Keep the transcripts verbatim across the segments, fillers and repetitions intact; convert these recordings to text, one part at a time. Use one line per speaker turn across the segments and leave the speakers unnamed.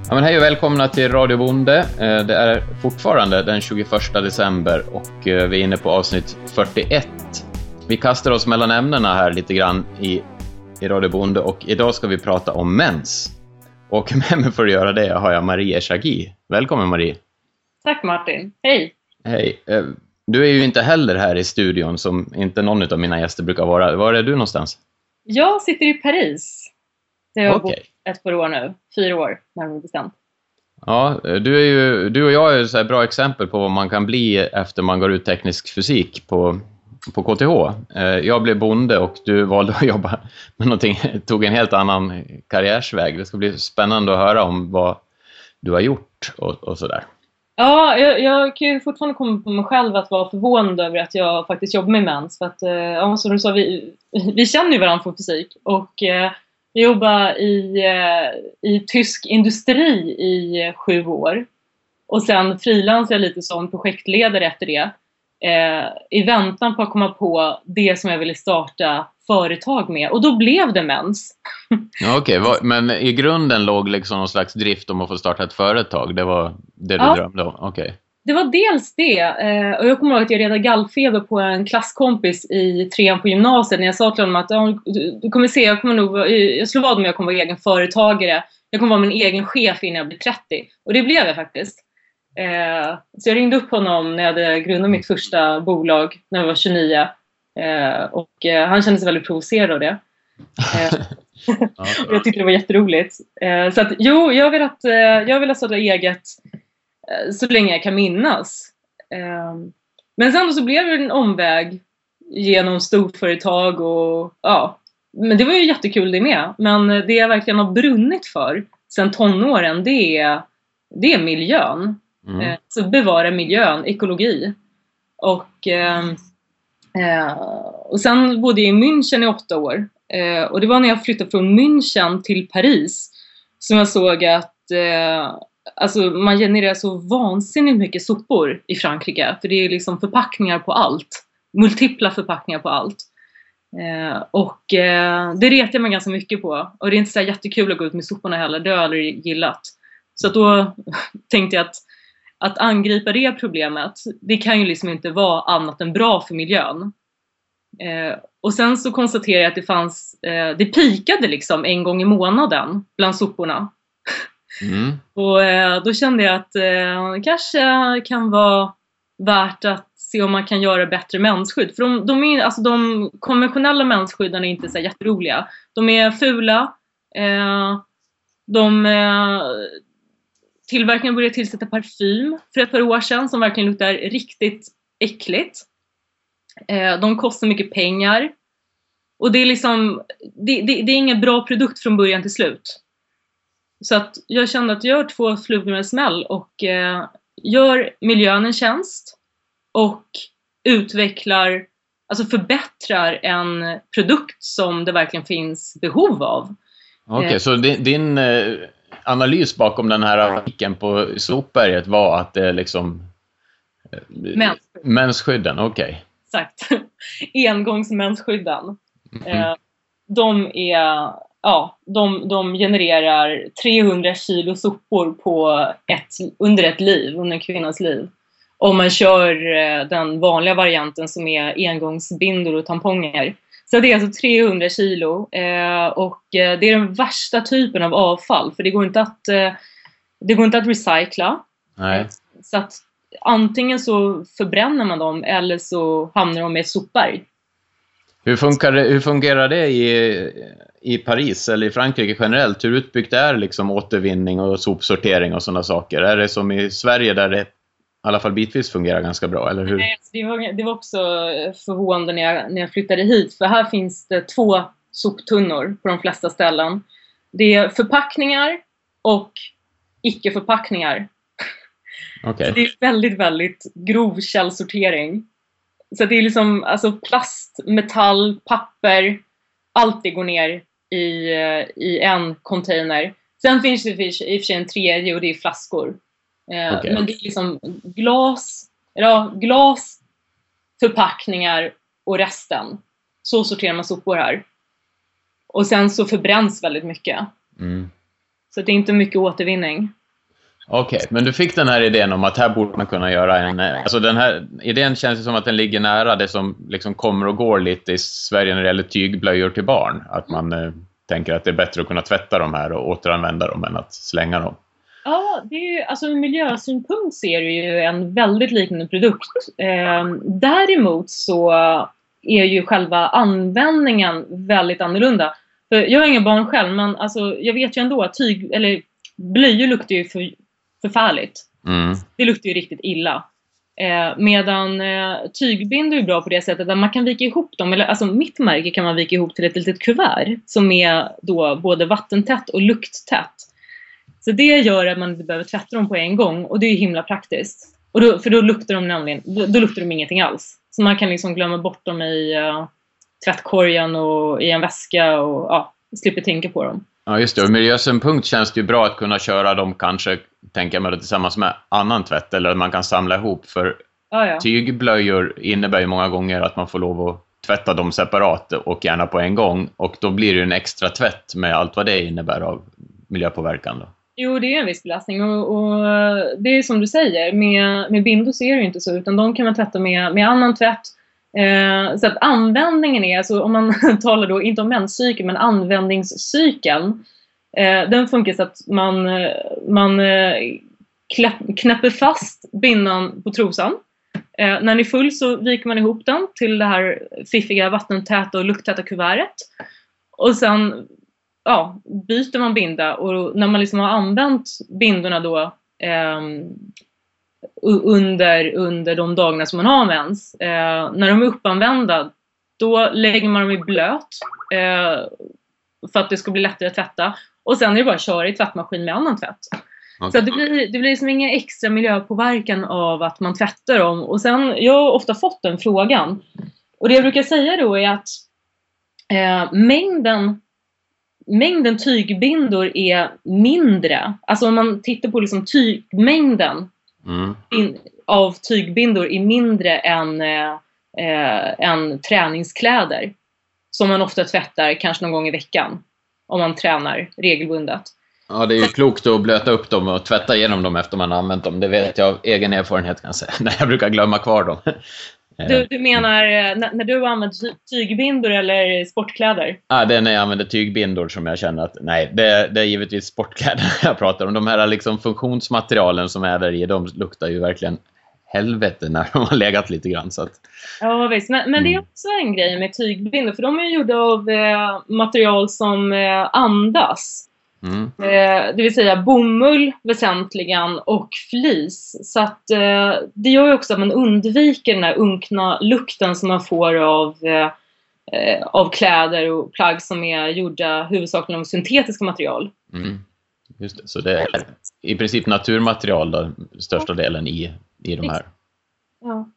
Ja, men hej och välkomna till Radio Bonde. Det är fortfarande den tjugoförsta december och vi är inne på avsnitt fyrtioett. Vi kastar oss mellan ämnena här lite grann i, i Radio Bonde och idag ska vi prata om mens. Och med mig för att göra det har jag Marie Eshaghi. Välkommen Marie.
Tack Martin, hej.
Hej. Du är ju inte heller här i studion som inte någon av mina gäster brukar vara. Var är du någonstans?
Jag sitter i Paris. Det har jag
Okej.
bott ett par år nu. Fyra år närmare bestämt.
Ja, du, är ju, du och jag är så här bra exempel på vad man kan bli efter man går ut teknisk fysik på, på K T H. Jag blev bonde och du valde att jobba med någonting, tog en helt annan karriärsväg. Det ska bli spännande att höra om vad du har gjort och, och sådär.
Ja, jag, jag kan ju fortfarande komma på mig själv att vara förvånad över att jag faktiskt jobbar med mens. För att, ja, som du sa, vi, vi känner ju varandra från fysik. Och eh, jag jobbade i, eh, i tysk industri i sju år. Och sen frilansade jag lite som projektledare efter det. Eh, I väntan på att komma på det som jag ville starta företag med. Och då blev det mens.
Ja, okej, okay. Men i grunden låg liksom någon slags drift om att få starta ett företag. Det var det du
ja,
drömde om? Okej. Okay.
Det var dels det. Eh, och jag kommer ihåg att jag redde gallfeber på en klasskompis i trean på gymnasiet. När jag sa till honom att ja, du, du kommer se, jag kommer nog jag slår vad om jag kommer vara egen företagare. Jag kommer vara min egen chef innan jag blir trettio. Och det blev jag faktiskt. Eh, så jag ringde upp honom när jag hade grundat mitt första bolag när jag var tjugonio. Eh, och eh, han kände sig väldigt provocerad av det. Eh, och jag tyckte det var jätteroligt. Eh, så att jo, jag vill att eh, jag vill starta eget eh, så länge jag kan minnas. Eh, men sen så blev det en omväg genom storföretag och ja, men det var ju jättekul det med. Men det jag verkligen har brunnit för sen tonåren, det är det är miljön. Mm. Eh, så bevara miljön, ekologi. Och eh, eh, och sen bodde jag i München i åtta år. Eh, och det var när jag flyttade från München till Paris som jag såg att eh, alltså man genererar så vansinnigt mycket sopor i Frankrike. För det är liksom förpackningar på allt. Multipla förpackningar på allt. Eh, och eh, det retar jag mig ganska mycket på. Och det är inte så jättekul att gå ut med soporna heller. Det har jag aldrig gillat. Så att då tänkte jag att att angripa det problemet, det kan ju liksom inte vara annat än bra för miljön. Eh, och sen så konstaterade jag att det fanns, eh, det pikade liksom en gång i månaden bland soporna. Mm. och eh, då kände jag att eh, det kanske kan vara värt att se om man kan göra bättre mensskydd. För de, de, är, alltså de konventionella mensskydden är inte så jätteroliga. De är fula. Eh, de... Eh, Tillverkningen började tillsätta parfym för ett par år sedan som verkligen luktar riktigt äckligt. Eh, de kostar mycket pengar. Och det är liksom, det, det, det är ingen bra produkt från början till slut. Så att jag kände att jag gör två flugor med en smäll och eh, gör miljön en tjänst. Och utvecklar, alltså förbättrar en produkt som det verkligen finns behov av.
Okej, okay, eh. så din... din eh... analys bakom den här artikeln på Sopberget var att det är liksom
Mensskydd.
Mensskydden, okej. Okay.
Exakt. Engångsmensskydden.
Mm.
Eh, de är ja, de, de genererar trehundra kilo sopor på ett, under ett liv, under en kvinnas liv. Om man kör eh, den vanliga varianten som är engångsbindor och tamponger. Så det är alltså trehundra kilo eh, och eh, det är den värsta typen av avfall. För det går inte att, eh, det går inte att recycla.
Nej.
Så att antingen så förbränner man dem eller så hamnar de i ett sopberg.
Hur funkar det, hur fungerar det i, i Paris eller i Frankrike generellt? Hur utbyggt är liksom återvinning och sopsortering och sådana saker? Är det som i Sverige där det i alla fall bitvis fungerar ganska bra, eller hur?
Nej, det, var, det var också förvånande när jag, när jag flyttade hit. För här finns det två soptunnor på de flesta ställen. Det är förpackningar och icke-förpackningar.
Okay.
Det är väldigt, väldigt grov källsortering. Så det är liksom alltså plast, metall, papper. Allt det går ner i, i en container. Sen finns det i och för sig en tredje och det är flaskor. Okay. Men det är liksom glas, ja, glas, förpackningar och resten. Så sorterar man sopor här. Och sen så förbränns väldigt mycket.
Mm.
Så det är inte mycket återvinning.
Okej, okay, men du fick den här idén om att här borde man kunna göra en... Alltså den här idén känns ju som att den ligger nära det som liksom kommer och går lite i Sverige när det gäller tygblöjor till barn. Att man eh, tänker att det är bättre att kunna tvätta de här och återanvända dem än att slänga dem.
Ja, det är ju, alltså ur miljösynpunkt ser du ju en väldigt liknande produkt. Eh, däremot så är ju själva användningen väldigt annorlunda. För jag har inga barn själv, men alltså, jag vet ju ändå att tyg, eller blöjor luktar ju för, förfärligt.
Mm.
Det luktar ju riktigt illa. Eh, medan eh, tygbindor är bra på det sättet att man kan vika ihop dem. Eller, alltså mitt märke kan man vika ihop till ett litet kuvert som är då både vattentätt och lukttätt. Så det gör att man inte behöver tvätta dem på en gång. Och det är ju himla praktiskt. Och då, för då luktar de nämligen, då, då luktar de ingenting alls. Så man kan liksom glömma bort dem i uh, tvättkorgen och i en väska och ja, slipper tänka på dem.
Ja, just det. Och miljösynpunkt känns det ju bra att kunna köra dem kanske, tänker jag mig, tillsammans med annan tvätt. Eller att man kan samla ihop. För
ja, ja.
tygblöjor innebär ju många gånger att man får lov att tvätta dem separat och gärna på en gång. Och då blir det ju en extra tvätt med allt vad det innebär av miljöpåverkan då.
Jo, det är en viss belastning och, och det är som du säger, med, med bindor så är det ju inte så, utan de kan man tvätta med, med annan tvätt. Eh, så att användningen är, alltså om man talar då inte om menscykeln men användningscykeln, eh, den funkar så att man, man eh, kläpp, knäpper fast bindan på trosan. Eh, när den är full så viker man ihop den till det här fiffiga vattentäta och lukttäta kuvertet. Och sen ja, byter man binda och när man liksom har använt bindorna då eh, under, under de dagarna som man har mens, eh, när de är uppanvända då lägger man dem i blöt eh, för att det ska bli lättare att tvätta och sen är det bara att köra i tvättmaskin med annan tvätt. Okay. Så det blir, det blir liksom ingen extra miljöpåverkan av att man tvättar dem. Och sen, jag har ofta fått den frågan och det jag brukar säga då är att eh, mängden Mängden tygbindor är mindre. Alltså om man tittar på liksom tygmängden mm. in, av tygbindor är mindre än, eh, än träningskläder. Som man ofta tvättar kanske någon gång i veckan. Om man tränar regelbundet.
Ja, det är ju klokt att blöta upp dem och tvätta igenom dem efter man har använt dem. Det vet jag av egen erfarenhet kan jag säga. När jag brukar glömma kvar dem.
Du, du menar när, när du använder tygbindor eller sportkläder?
Ja, det är när jag använder tygbindor som jag känner att nej, det, det är givetvis sportkläder jag pratar om. De här liksom funktionsmaterialen som är där i, de luktar ju verkligen helvete när de har legat lite grann. Så att,
ja, visst. Men, men det är också en grej med tygbindor, för de är gjorda av eh, material som eh, andas. Mm. Eh, det vill säga bomull väsentligen och flis. Så att eh, det gör ju också att man undviker den här unkna lukten som man får av, eh, av kläder och plagg som är gjorda huvudsakligen av syntetiska material. Mm.
Just det. Så det är i princip naturmaterial då, största delen i, i de här.
Ja.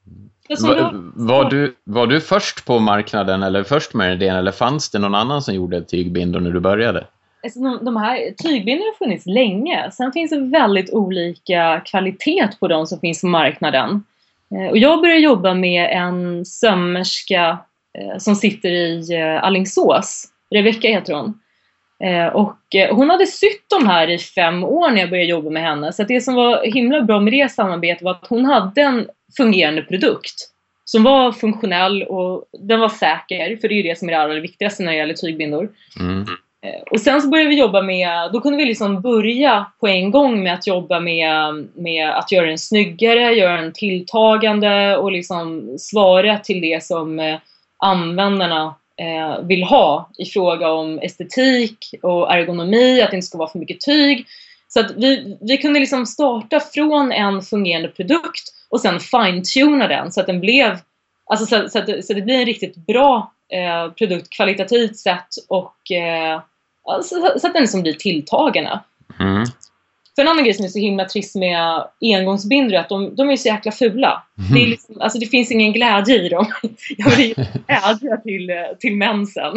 Va, var, du, var du först på marknaden eller först med idén, eller fanns det någon annan som gjorde tygbindor när du började?
Alltså, de, de här tygbindorna har funnits länge. Sen finns det väldigt olika kvalitet på de som finns på marknaden. Eh, och jag började jobba med en sömmerska eh, som sitter i eh, Alingsås. Rebecka heter hon. Eh, och eh, hon hade sytt de här i fem år när jag började jobba med henne. Så att det som var himla bra med det samarbetet var att hon hade en fungerande produkt. Som var funktionell och den var säker. För det är ju det som är det allra viktigaste när det gäller tygbindor. Mm. Och sen så började vi jobba med, då kunde vi liksom börja på en gång med att jobba med, med att göra den snyggare, göra den tilltagande och liksom svara till det som eh, användarna eh, vill ha i fråga om estetik och ergonomi, att det inte ska vara för mycket tyg. Så att vi, vi kunde liksom starta från en fungerande produkt och sen fine-tuna den så att den blev, alltså så, så, att, så att det blir en riktigt bra eh, produkt kvalitativt sett och eh, Så, så att den som blir tilltagande. Mm. För en annan grej som är så himla trist med engångsbindor är att de, de är så jäkla fula. Mm. Det, är liksom, alltså det finns ingen glädje i dem. Jag vill glädja till, till mensen.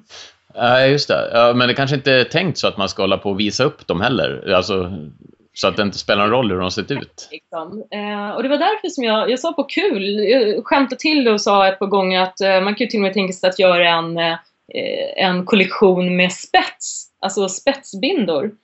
Ja, just det. Ja, men det kanske inte är tänkt så att man ska hålla på och visa upp dem heller. Alltså, så att det inte spelar någon roll hur de sett ut.
Liksom. Eh, och det var därför som jag, jag sa på kul. Jag skämtade till och sa ett par gånger att eh, man kan ju till och med tänka sig att göra en... Eh, en kollektion med spets, alltså spetsbindor.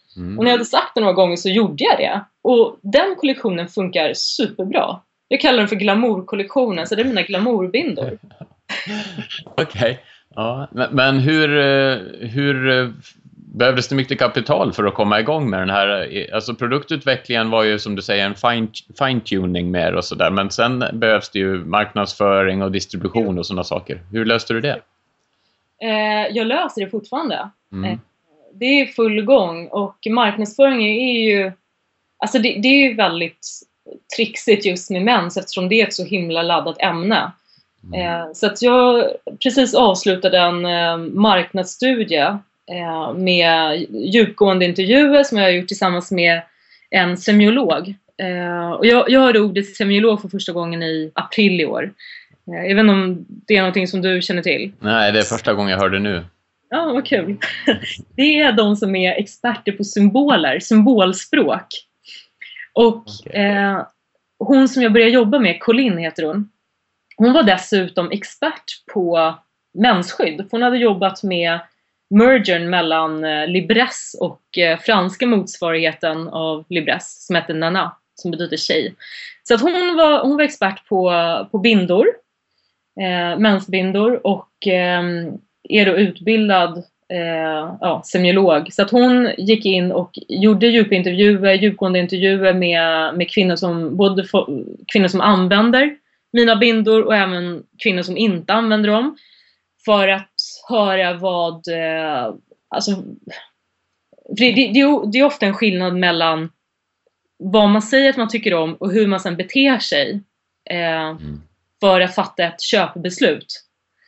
Mm. Och när jag hade sagt det några gånger så gjorde jag det. Och den kollektionen funkar superbra. Jag kallar den för glamourkollektionen, så det är mina glamourbindor.
Okej. Okay. Ja, men, men hur, hur behövdes det mycket kapital för att komma igång med den här? Alltså produktutvecklingen var ju som du säger en fine, fine-tuning mer och sådär. Men sen behövs det ju marknadsföring och distribution och sådana saker. Hur löste du det?
Eh, jag löser det fortfarande. Mm. Eh, det är full gång och marknadsföring är ju, alltså det, det är ju väldigt trixigt just med mens eftersom det är ett så himla laddat ämne. Mm. Eh, så att jag precis avslutade en eh, marknadsstudie eh, med djupgående intervjuer som jag har gjort tillsammans med en semiolog. Eh, och jag, jag hörde ordet semiolog för första gången i april i år. Eh, jag vet inte om det är någonting som du känner till.
Nej, det är första gången jag hörde nu.
Ja, vad kul. Det är de som är experter på symboler, symbolspråk. Och okay. eh, hon som jag började jobba med, Colin heter hon. Hon var dessutom expert på mensskydd. Hon hade jobbat med mergern mellan eh, Libresse och eh, franska motsvarigheten av Libresse som heter Nana, som betyder tjej. Så att hon var, hon var expert på, på bindor, eh, mensbindor och eh, är då utbildad eh, ja, semiolog. Så att hon gick in och gjorde djupintervjuer, djupgående intervjuer med, med kvinnor som både for, kvinnor som använder mina bindor och även kvinnor som inte använder dem. För att höra vad, eh, alltså, för det, det, det, är, det är ofta en skillnad mellan vad man säger att man tycker om och hur man sedan beter sig eh, mm. för att fatta ett köpbeslut.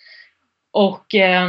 Och eh,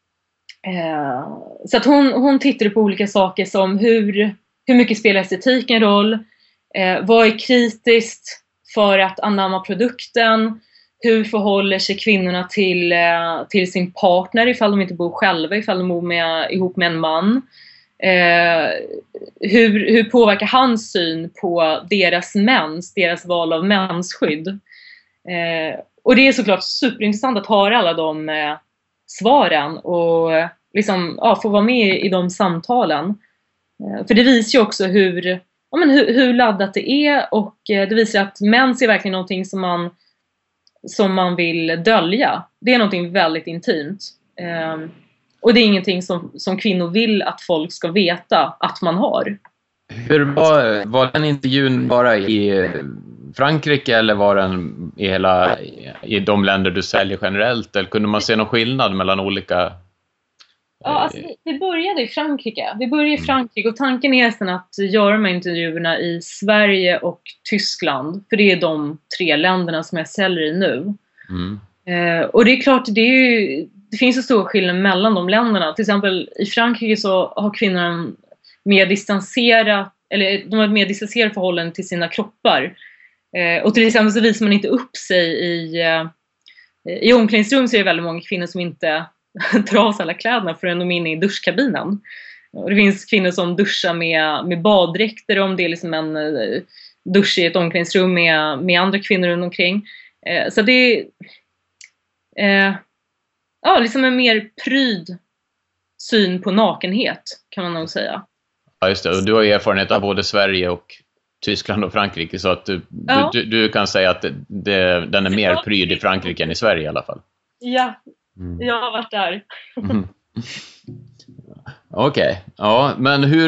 eh, så att hon, hon tittade på olika saker som hur, hur mycket spelar estetiken roll, eh, vad är kritiskt för att anamma produkten, hur förhåller sig kvinnorna till, eh, till sin partner ifall de inte bor själva, ifall de bor med, ihop med en man. Eh, hur, hur påverkar hans syn på deras mens, deras val av mensskydd. Eh, och det är såklart superintressant att höra alla de eh, svaren och liksom, ja, få vara med i de samtalen. Eh, för det visar ju också hur, ja, men hur, hur laddat det är och eh, det visar att mens är verkligen någonting som man, som man vill dölja. Det är någonting väldigt intimt. Eh, och det är ingenting som, som kvinnor vill att folk ska veta att man har.
Hur var, var den intervjun bara i Frankrike eller var den i, hela, i de länder du säljer generellt? Eller kunde man se någon skillnad mellan olika?
Ja, alltså, vi började i Frankrike. Vi började i Frankrike och tanken är sen att göra de här intervjuerna i Sverige och Tyskland. För det är de tre länderna som jag säljer i nu. Mm. Eh, och det är klart, det, är ju, det finns en stor skillnad mellan de länderna. Till exempel i Frankrike så har kvinnorna mer distanserat, eller de har ett mer distanserat förhållande till sina kroppar. Eh, och till exempel så visar man inte upp sig i, eh, i omklädningsrum, så är det väldigt många kvinnor som inte tar av sig alla kläderna förrän de är inne i duschkabinen. Och det finns kvinnor som duschar med, med baddräkter, om det är liksom en eh, dusch i ett omklädningsrum med, med andra kvinnor runt omkring. Eh, så det är eh, ja, liksom en mer pryd syn på nakenhet, kan man nog säga. Ja,
just det. Och du har ju erfarenhet av både Sverige och Tyskland och Frankrike, så att du, ja. du, du kan säga att det, det, den är mer pryd i Frankrike än i Sverige i alla fall.
Ja, mm. jag har varit där. Mm.
Okej, okay. Ja, men hur,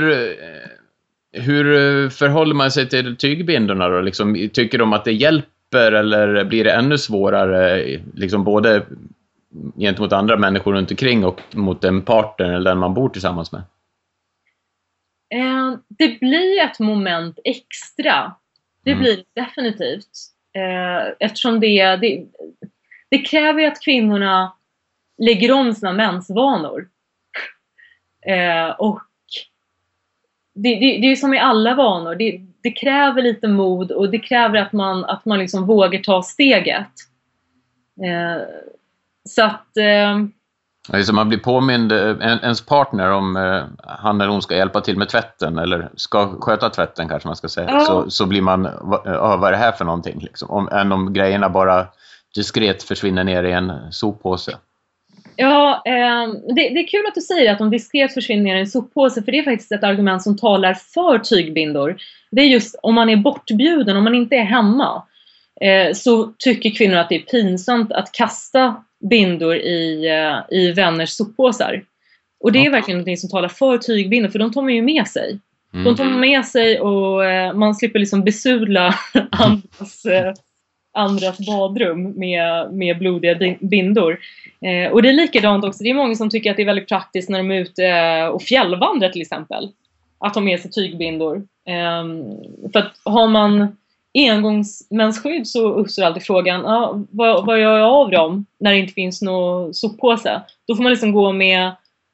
hur förhåller man sig till tygbindorna då? Liksom, tycker de att det hjälper eller blir det ännu svårare liksom både gentemot andra människor runt omkring och mot en partner eller den man bor tillsammans med?
Eh, det blir ett moment extra. Det mm. blir definitivt. Eh, eftersom det, det, det kräver att kvinnorna lägger om sina mensvanor. Eh, och det, det, det är som i alla vanor. Det, det kräver lite mod och det kräver att man, att man liksom vågar ta steget. Eh, så att... Eh,
Alltså man blir påmind, ens partner om eh, han eller hon ska hjälpa till med tvätten eller ska sköta tvätten kanske man ska säga, ja. så, så blir man, ja, vad är det här för någonting liksom, om, än om grejerna bara diskret försvinner ner i en soppåse.
Ja, eh, det, det är kul att du säger att de diskret försvinner i en soppåse, för det är faktiskt ett argument som talar för tygbindor. Det är just om man är bortbjuden, om man inte är hemma, eh, så tycker kvinnor att det är pinsamt att kasta bindor i, eh, i vänners soppåsar. Och det är verkligen något som talar för tygbindor, för de tar man ju med sig. Mm. De tar man med sig och eh, man slipper liksom besudla andras... Eh, andras badrum med, med blodiga bindor. Eh, och det är likadant också. Det är många som tycker att det är väldigt praktiskt när de är ute och fjällvandrar till exempel. Att ha med sig tygbindor. Eh, för att har man engångsmensskydd så uppstår alltid frågan, ah, vad, vad gör jag av dem när det inte finns någon soppåse? Då får man liksom gå med,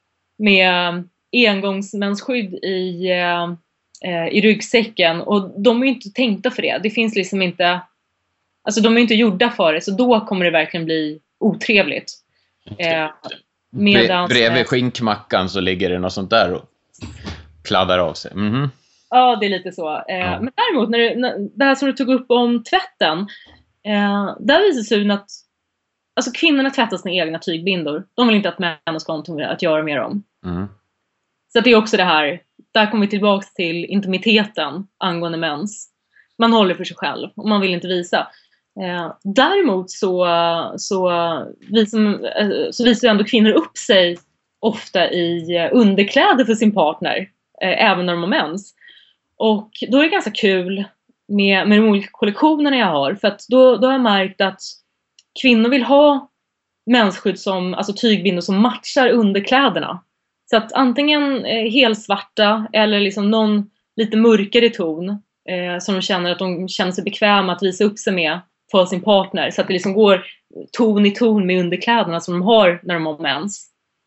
med engångsmensskydd i, eh, i ryggsäcken. Och de är ju inte tänkta för det. Det finns liksom inte... Alltså de är inte gjorda för det, så då kommer det verkligen bli otrevligt. Eh,
medan, Bredvid skinkmackan så ligger det något sånt där och kladdar av sig. Mm-hmm.
Ja, det är lite så. Eh, ja. Men däremot, när du, när, det här som du tog upp om tvätten, eh, där visar sig att alltså, kvinnorna tvättar sina egna tygbindor. De vill inte att män ska ha något att göra med dem. Mm. Så det är också det här, där kommer vi tillbaka till intimiteten angående mens. Man håller för sig själv och man vill inte visa. Eh, däremot så, så, visar, eh, så visar ändå kvinnor upp sig ofta i underkläder för sin partner, eh, även när de har mens. Och då är det ganska kul med, med de olika kollektionerna jag har, för att då, då har jag märkt att kvinnor vill ha mensskydd som, alltså tygbindor som matchar underkläderna. Så att antingen eh, helsvarta eller liksom någon lite mörkare ton eh, som de känner att de känner sig bekväma att visa upp sig med för sin partner, så att det liksom går ton i ton med underkläderna som de har när de har mens.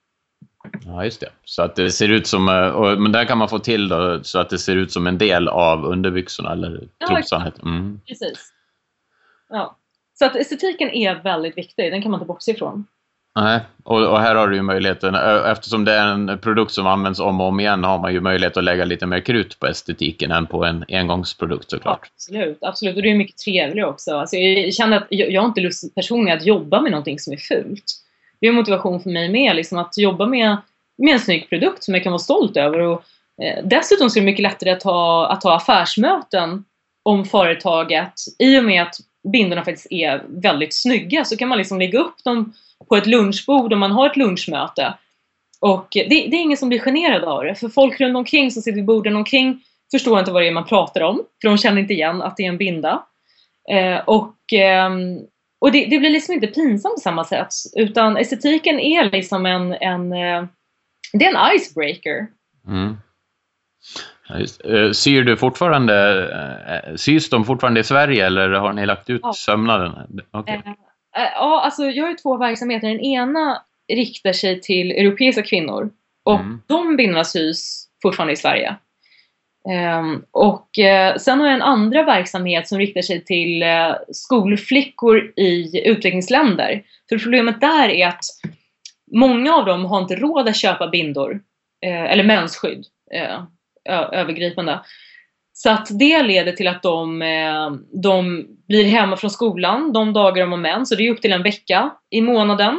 Ja, just det. Så att det ser ut som, och, men där kan man få till då, så att det ser ut som en del av underbyxorna eller trosan.
Ja, mm. Precis. Ja. Så att estetiken är väldigt viktig, den kan man inte bortse ifrån.
Nej, och, och här har du ju möjligheten, eftersom det är en produkt som används om och om igen, har man ju möjlighet att lägga lite mer krut på estetiken än på en engångsprodukt såklart.
Absolut, absolut. Och det är mycket trevligare också. Alltså, jag känner att jag, jag har inte lust personligen att jobba med någonting som är fult. Det är en motivation för mig med liksom, att jobba med, med en snygg produkt som jag kan vara stolt över. Och, eh, dessutom så är det mycket lättare att ha, att ha affärsmöten om företaget. I och med att bindorna faktiskt är väldigt snygga, så kan man liksom lägga upp dem på ett lunchbord om man har ett lunchmöte. Och det, det är ingen som blir generad av det. För folk runt omkring som sitter vid borden omkring förstår inte vad det är man pratar om. För de känner inte igen att det är en binda. Eh, och eh, och det, det blir liksom inte pinsamt på samma sätt. Utan estetiken är liksom en, en, eh, det är en icebreaker. Mm.
Ja, just. Uh, syr du fortfarande, uh, sys de fortfarande i Sverige eller har ni lagt ut ja. sömnaden? Okay.
Uh, Ja, alltså jag har ju två verksamheter. Den ena riktar sig till europeiska kvinnor. Och mm. de bindorna sys fortfarande i Sverige. Um, och uh, sen har jag en andra verksamhet som riktar sig till uh, skolflickor i utvecklingsländer. För problemet där är att många av dem har inte råd att köpa bindor. Uh, eller mensskydd. Uh, övergripande. Så att det leder till att de, de blir hemma från skolan de dagar de har mens. Så det är upp till en vecka i månaden.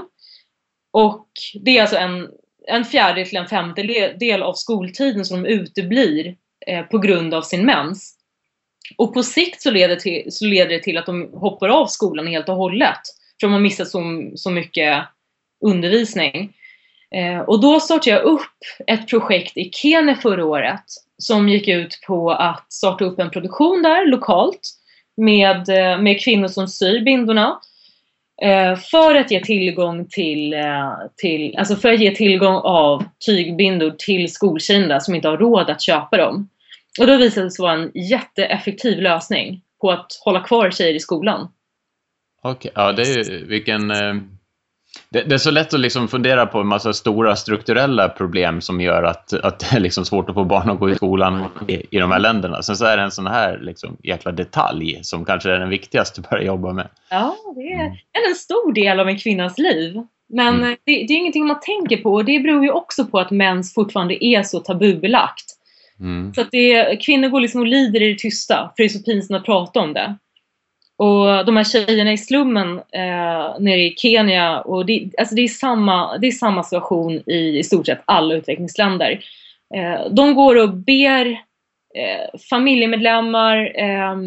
Och det är alltså en, en fjärde till en femte del av skoltiden som de uteblir eh, på grund av sin mens. Och på sikt så leder, till, så leder det till att de hoppar av skolan helt och hållet. För de har missat så, så mycket undervisning. Eh, och då startade jag upp ett projekt i Kenya förra året som gick ut på att starta upp en produktion där lokalt med, med kvinnor som syr bindorna eh, för att ge tillgång till, eh, till alltså för att ge tillgång av tygbindor till skoltjejerna som inte har råd att köpa dem. Och då visade det sig vara en jätteeffektiv lösning på att hålla kvar tjejer i skolan.
Okej, ja det är ju vilken... Eh... Det, det är så lätt att liksom fundera på en massa stora strukturella problem som gör att, att det är liksom svårt att få barn att gå i skolan i, i de här länderna. Sen så är det en sån här liksom jäkla detalj som kanske är den viktigaste att börja jobba med.
Ja, det är mm. en stor del av en kvinnas liv. Men mm. det, det är ingenting man tänker på. Och det beror ju också på att mens fortfarande är så tabubelagt. Mm. Så att det, kvinnor går liksom och lider i det tysta. För det är så pinsamt att prata om det. Och de här tjejerna i slummen eh, nere i Kenya, och det, alltså det, är samma, det är samma situation i i stort sett alla utvecklingsländer. Eh, de går och ber eh, familjemedlemmar, eh,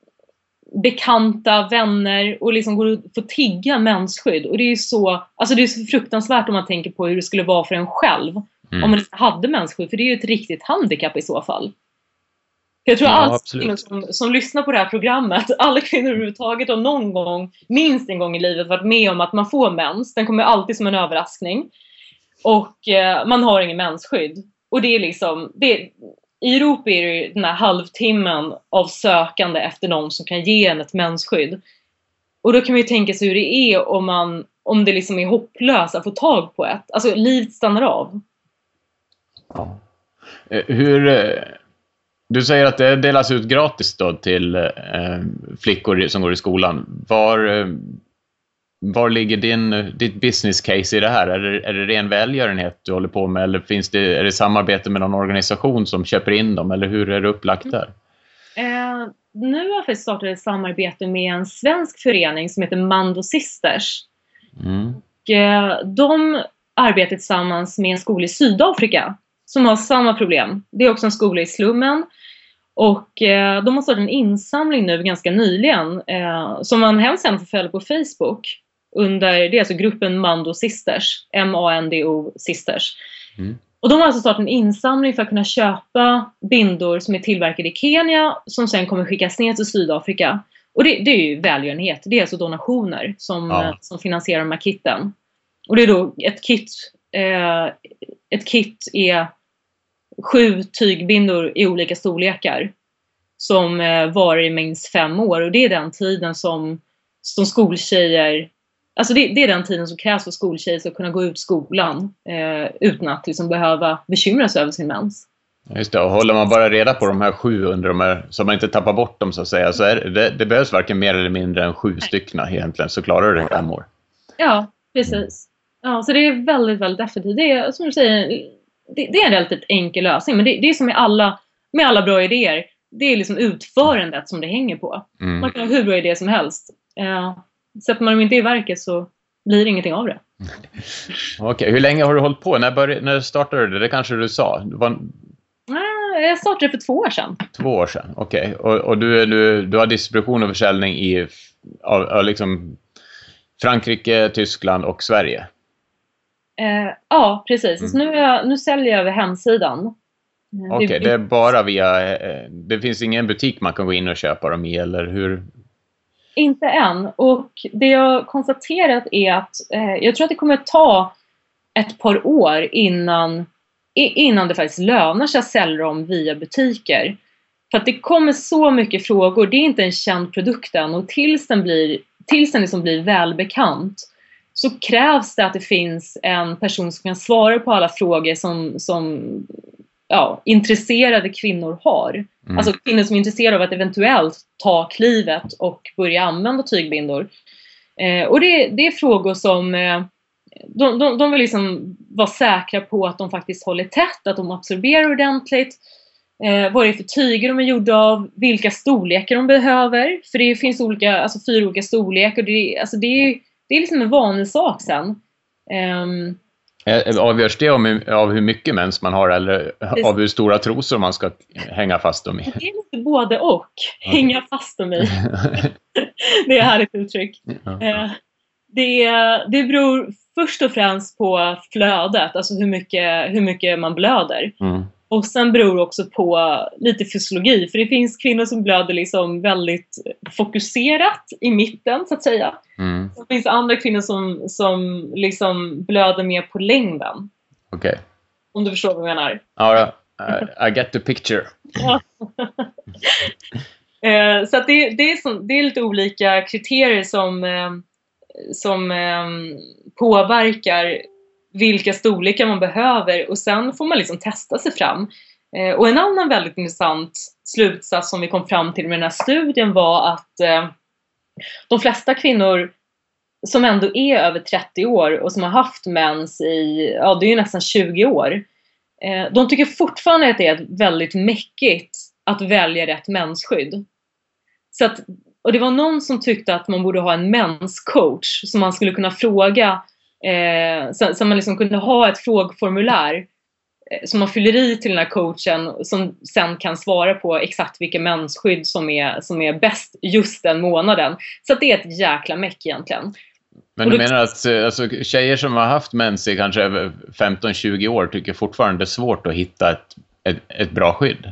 bekanta, vänner, och liksom går och får tigga mensskydd. Och det är så, alltså det är så fruktansvärt om man tänker på hur det skulle vara för en själv mm. om man hade mensskydd, för det är ju ett riktigt handikapp i så fall. Jag tror ja, alla kvinnor som, som lyssnar på det här programmet, alla kvinnor överhuvudtaget har någon gång, minst en gång i livet, varit med om att man får mens. Den kommer alltid som en överraskning. Och eh, man har ingen mensskydd. Och det är liksom, det är, i Europa är det den här halvtimmen av sökande efter någon som kan ge en ett mensskydd. Och då kan man ju tänka sig hur det är om, man, om det liksom är hopplöst att få tag på ett. Alltså livet stannar av.
Ja. Hur... Du säger att det delas ut gratis då till eh, flickor som går i skolan. Var, eh, var ligger din, ditt business case i det här? Är det, är det ren välgörenhet du håller på med? Eller finns det, är det samarbete med någon organisation som köper in dem? Eller hur är det upplagt där?
Eh, nu har jag faktiskt startat ett samarbete med en svensk förening som heter Mando Sisters. Mm. Och, eh, de arbetar tillsammans med en skola i Sydafrika som har samma problem. Det är också en skola i slummen. Och eh, de har startat en insamling nu ganska nyligen. Eh, som man hemskt gärna får följa på Facebook. Under, det är alltså gruppen Mando Sisters. M A N D O Sisters. Mm. Och de har alltså startat en insamling för att kunna köpa bindor som är tillverkade i Kenya. Som sen kommer skickas ner till Sydafrika. Och det, det är ju välgörenhet. Det är alltså donationer som, ja. som finansierar de här kitten. Och det är då ett kit. Eh, ett kit är sju tygbindor i olika storlekar som eh, varar i minst fem år, och det är den tiden som, som skoltjejer, alltså det, det är den tiden som krävs för skoltjejer att kunna gå ut skolan eh, utan att liksom behöva bekymra sig över sin mens.
Just det, och håller man bara reda på de här sju under de här, så man inte tappar bort dem så att säga, så är det, det behövs varken mer eller mindre än sju styckna egentligen, så klarar du det fem år.
Ja, precis. Ja, så det är väldigt, väldigt effektivt. Det är, som du säger, det, det är en relativt enkel lösning, men det, det är som med alla, med alla bra idéer. Det är liksom utförandet som det hänger på. Mm. Man kan ha hur bra idé som helst. Eh, sätter man dem inte i verket så blir det ingenting av det.
Okej, okay. Hur länge har du hållit på? När, började, när startade du det? Det kanske du sa. Du var...
Jag startade för två år sedan.
Två år sedan, okej. Okay. Och, och du, du, du har distribution och försäljning i av, av liksom Frankrike, Tyskland och Sverige?
Eh, ja, precis. Mm. Så nu, jag, nu säljer jag över hemsidan.
Okej, okay, det är bara via... Eh, det finns ingen butik man kan gå in och köpa dem i, eller hur?
Inte än. Och det jag konstaterat är att eh, jag tror att det kommer ta ett par år innan, innan det faktiskt lönar sig att sälja dem via butiker. För att det kommer så mycket frågor. Det är inte en känd produkt än. Och tills den blir, tills den liksom blir välbekant så krävs det att det finns en person som kan svara på alla frågor som, som ja, intresserade kvinnor har. Mm. Alltså kvinnor som är intresserade av att eventuellt ta klivet och börja använda tygbindor. Eh, och det, det är frågor som eh, de, de, de vill liksom vara säkra på att de faktiskt håller tätt, att de absorberar ordentligt. Eh, vad det är för tyger de är gjorda av, vilka storlekar de behöver. För det finns olika, alltså fyra olika storlekar. Det, alltså det, är, det är liksom en vanlig sak sen. Um,
Avgörs det om, av hur mycket mens man har, eller det, av hur stora trosor man ska hänga fast dem i?
Det är lite både och. Hänga fast dem i. Det är härligt uttryck. Uh, det, det beror först och främst på flödet, alltså hur mycket, hur mycket man blöder. Mm. Och sen beror också på lite fysiologi. För det finns kvinnor som blöder liksom väldigt fokuserat i mitten, så att säga. Mm. Det finns andra kvinnor som, som liksom blöder mer på längden.
Okej. Okay.
Om du förstår vad jag menar.
Ja, uh, I get the picture.
uh, så att det, det, är som, det är lite olika kriterier som, uh, som uh, påverkar vilka storlekar man behöver, och sen får man liksom testa sig fram. Eh, och en annan väldigt intressant slutsats som vi kom fram till med den här studien var att eh, de flesta kvinnor som ändå är över trettio år och som har haft mens i, ja det är ju nästan tjugo år, eh, de tycker fortfarande att det är väldigt mäckigt att välja rätt mensskydd. Så att och det var någon som tyckte att man borde ha en menscoach som man skulle kunna fråga, eh, så, så man liksom kunde ha ett frågformulär eh, som man fyller i till den här coachen som sen kan svara på exakt vilka mensskydd som är, som är bäst just den månaden. Så att det är ett jäkla meck egentligen.
Men du menar att alltså, tjejer som har haft mens i kanske femton tjugo år tycker fortfarande det är svårt att hitta ett, ett, ett bra skydd?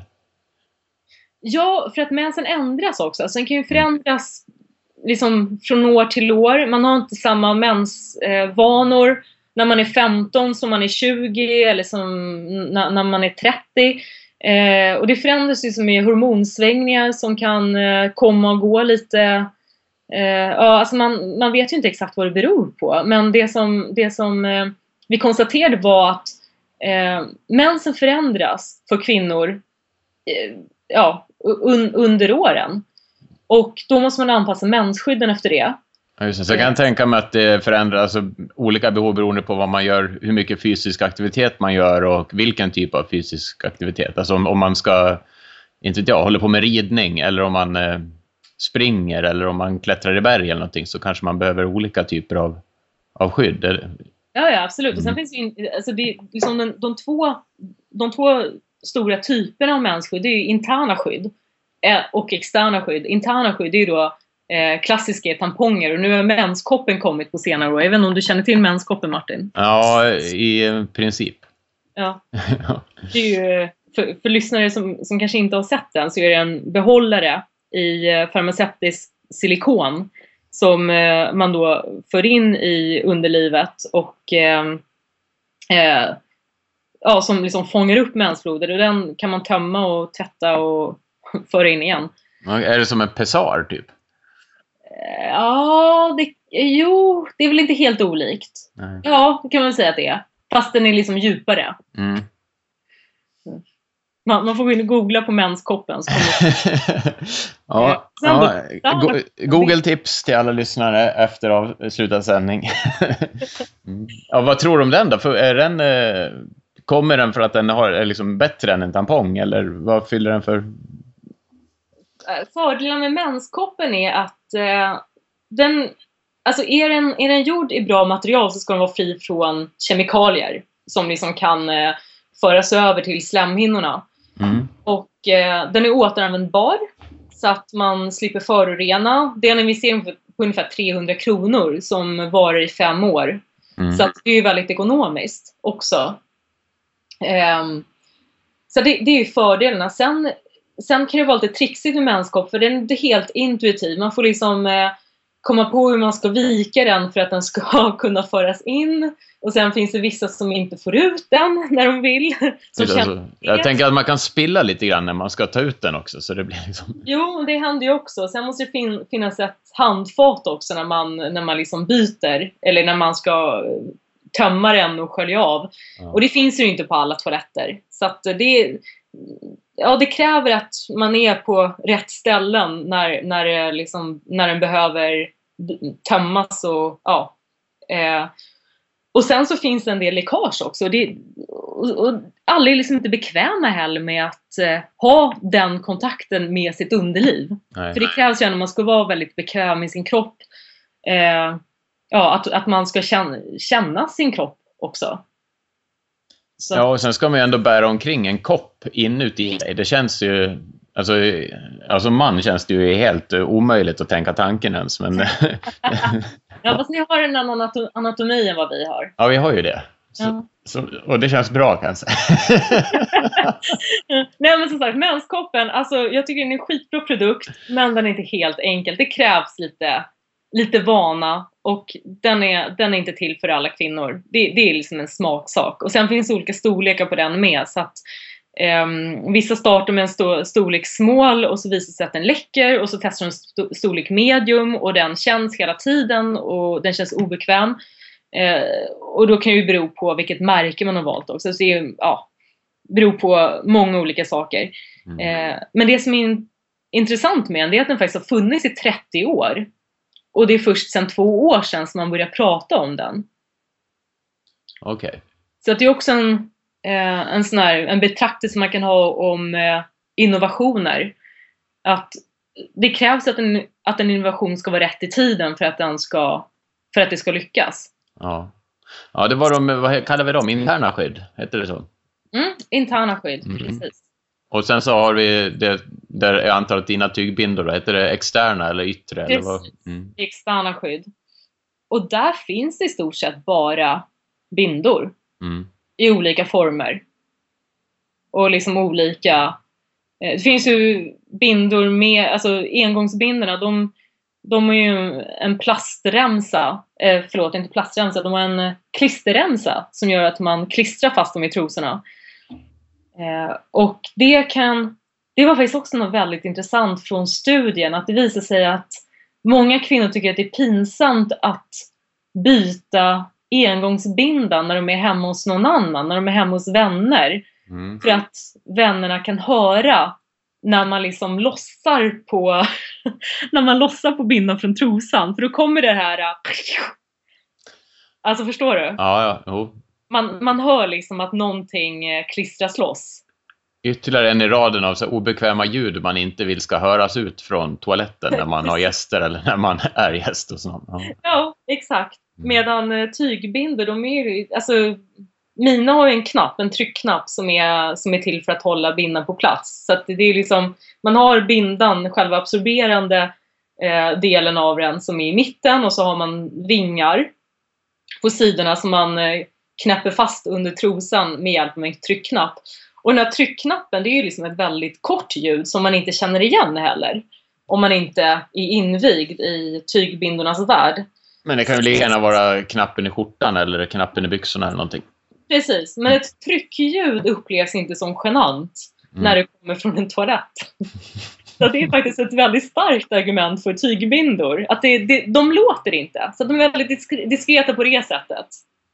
Ja, för att mensen ändras också. Alltså den kan ju förändras liksom från år till år. Man har inte samma mensvanor eh, när man är femton som man är tjugo eller som när, när man är trettio. Eh, och det förändras ju med hormonsvängningar som kan eh, komma och gå lite. Uh, ja, alltså man, man vet ju inte exakt vad det beror på. Men det som, det som uh, vi konstaterade var att uh, mensen förändras för kvinnor uh, ja, un, under åren. Och då måste man anpassa mensskydden efter det.
Ja, just det. Så jag kan tänka mig att det förändras alltså, olika behov beroende på vad man gör, hur mycket fysisk aktivitet man gör och vilken typ av fysisk aktivitet. Alltså om, om man ska, inte vet jag, hålla på med ridning eller om man... Uh, springer eller om man klättrar i berg eller någonting så kanske man behöver olika typer av, av skydd.
Ja, ja, absolut. Och sen finns ju alltså det, liksom den, de, två, de två stora typerna av mensskydd, det är ju interna skydd och externa skydd. Interna skydd är ju då eh, klassiska tamponger och nu har menskoppen kommit på senare år. Jag vet inte om du känner till menskoppen, Martin?
Ja, i princip.
Ja, det är ju, för, för lyssnare som, som kanske inte har sett den så är det en behållare i farmaceutisk silikon som eh, man då för in i underlivet och eh, eh, ja, som liksom fångar upp mensblodet och den kan man tömma och tvätta och föra in igen.
Är det som en pessar typ?
Eh, ja, det, jo, det är väl inte helt olikt. Nej. Ja, det kan man säga att det är. Fast den är liksom djupare. Mm. Man, man får gå in och googla på menskoppen. Så
ja, ja, go Google-tips till alla lyssnare efter avslutad sändning. mm. Ja, vad tror du om den då? För är den, eh, kommer den för att den har, är liksom bättre än en tampong? Eller vad fyller den för?
Fördelen med menskoppen är att eh, den, alltså är den, är den gjord i bra material så ska den vara fri från kemikalier som liksom kan eh, föras över till slemhinnorna. Mm. Och eh, den är återanvändbar så att man slipper förorena. Det är en investering på ungefär trehundra kronor som varar i fem år. Mm. Så att det är ju väldigt ekonomiskt också. Eh, så det, det är ju fördelarna. Sen, sen kan det vara lite trixigt med menskopp för den är inte helt intuitiv. Man får liksom eh, komma på hur man ska vika den för att den ska kunna föras in. Och sen finns det vissa som inte får ut den när de vill. Som
alltså, jag tänker att man kan spilla lite grann när man ska ta ut den också. Så det blir liksom...
Jo, det händer ju också. Sen måste det fin finnas ett handfat också när man, när man liksom byter. Eller när man ska tömma den och skölja av. Ja. Och det finns ju inte på alla toaletter. Så att det, ja, det kräver att man är på rätt ställen när, när, det liksom, när den behöver tömmas. Och, ja, eh, och sen så finns det en del läckage också. Det, och, och alla är liksom inte bekväma heller med att eh, ha den kontakten med sitt underliv. Nej. För det krävs ju när man ska vara väldigt bekväm i sin kropp. Eh, ja, att, att man ska känna, känna sin kropp också. Så.
Ja, och sen ska man ju ändå bära omkring en kopp inuti dig. Det känns ju... Alltså, alltså man känns det ju helt omöjligt att tänka tanken ens. Men...
ja, fast ni har en annan anatomi än vad vi har.
Ja, vi har ju det. Så, ja. så, och det känns bra kanske.
Nej, men som sagt, menskoppen, alltså jag tycker den är en skitbra produkt. Men den är inte helt enkel. Det krävs lite, lite vana. Och den är, den är inte till för alla kvinnor. Det, det är liksom en smaksak. Och sen finns det olika storlekar på den med. Så att Um, vissa startar med en sto storlek small och så visar sig att den läcker och så testar de st storlek medium och den känns hela tiden och den känns obekväm uh, och då kan ju bero på vilket märke man har valt också. Så det är, ja, beror på många olika saker. Mm. Uh, men det som är in intressant med den är att den faktiskt har funnits i trettio år och det är först sedan två år sedan som man börjar prata om den.
Okej. Okay.
Så att det är också en Eh, en sån här, en betraktelse man kan ha om eh, innovationer. Att det krävs att en, att en innovation ska vara rätt i tiden för att, den ska, för att det ska lyckas.
Ja, ja det var de, vad kallar vi dem? Interna skydd, heter det så?
Mm, interna skydd,
Mm.
precis.
Och sen så har vi det, där jag antar att dina tygbindor då, heter det externa eller yttre?
Precis,
eller vad? Mm.
externa skydd. Och där finns det i stort sett bara bindor
Mm.
i olika former. Och liksom olika... Det finns ju bindor med, alltså engångsbindorna, de, de är ju en plastremsa, eh, förlåt inte plastremsa, de har en klisterremsa som gör att man klistrar fast dem i trosorna. Eh, och det kan, det var faktiskt också något väldigt intressant från studien, att det visar sig att många kvinnor tycker att det är pinsamt att byta engångsbindan när de är hemma hos någon annan, när de är hemma hos vänner.
Mm.
För att vännerna kan höra när man liksom lossar på när man lossar på bindan från trosan. För då kommer det här... Alltså förstår du?
Ja, ja, jo.
Man, man hör liksom att någonting klistras loss.
Ytterligare en i raden av så obekväma ljud man inte vill ska höras ut från toaletten när man har gäster eller när man är gäst och sånt. Ja,
ja exakt. Medan tygbindor, de är ju... Alltså, mina har ju en knapp, en tryckknapp som är, som är till för att hålla bindan på plats. Så att det är liksom, man har bindan, själva absorberande eh, delen av den som är i mitten. Och så har man vingar på sidorna som man eh, knäpper fast under trosan med hjälp av en tryckknapp. Och den här tryckknappen, det är ju liksom ett väldigt kort ljud som man inte känner igen heller. Om man inte är invigd i tygbindornas värld.
men det kan ju lika gärna vara knappen i skjortan eller knappen i byxorna eller någonting.
Precis, men ett tryckljud upplevs inte som genant mm. när det kommer från en toalett. Så det är faktiskt ett väldigt starkt argument för tygbindor. Att det, det, de låter inte, så de är väldigt diskre- diskreta på det sättet.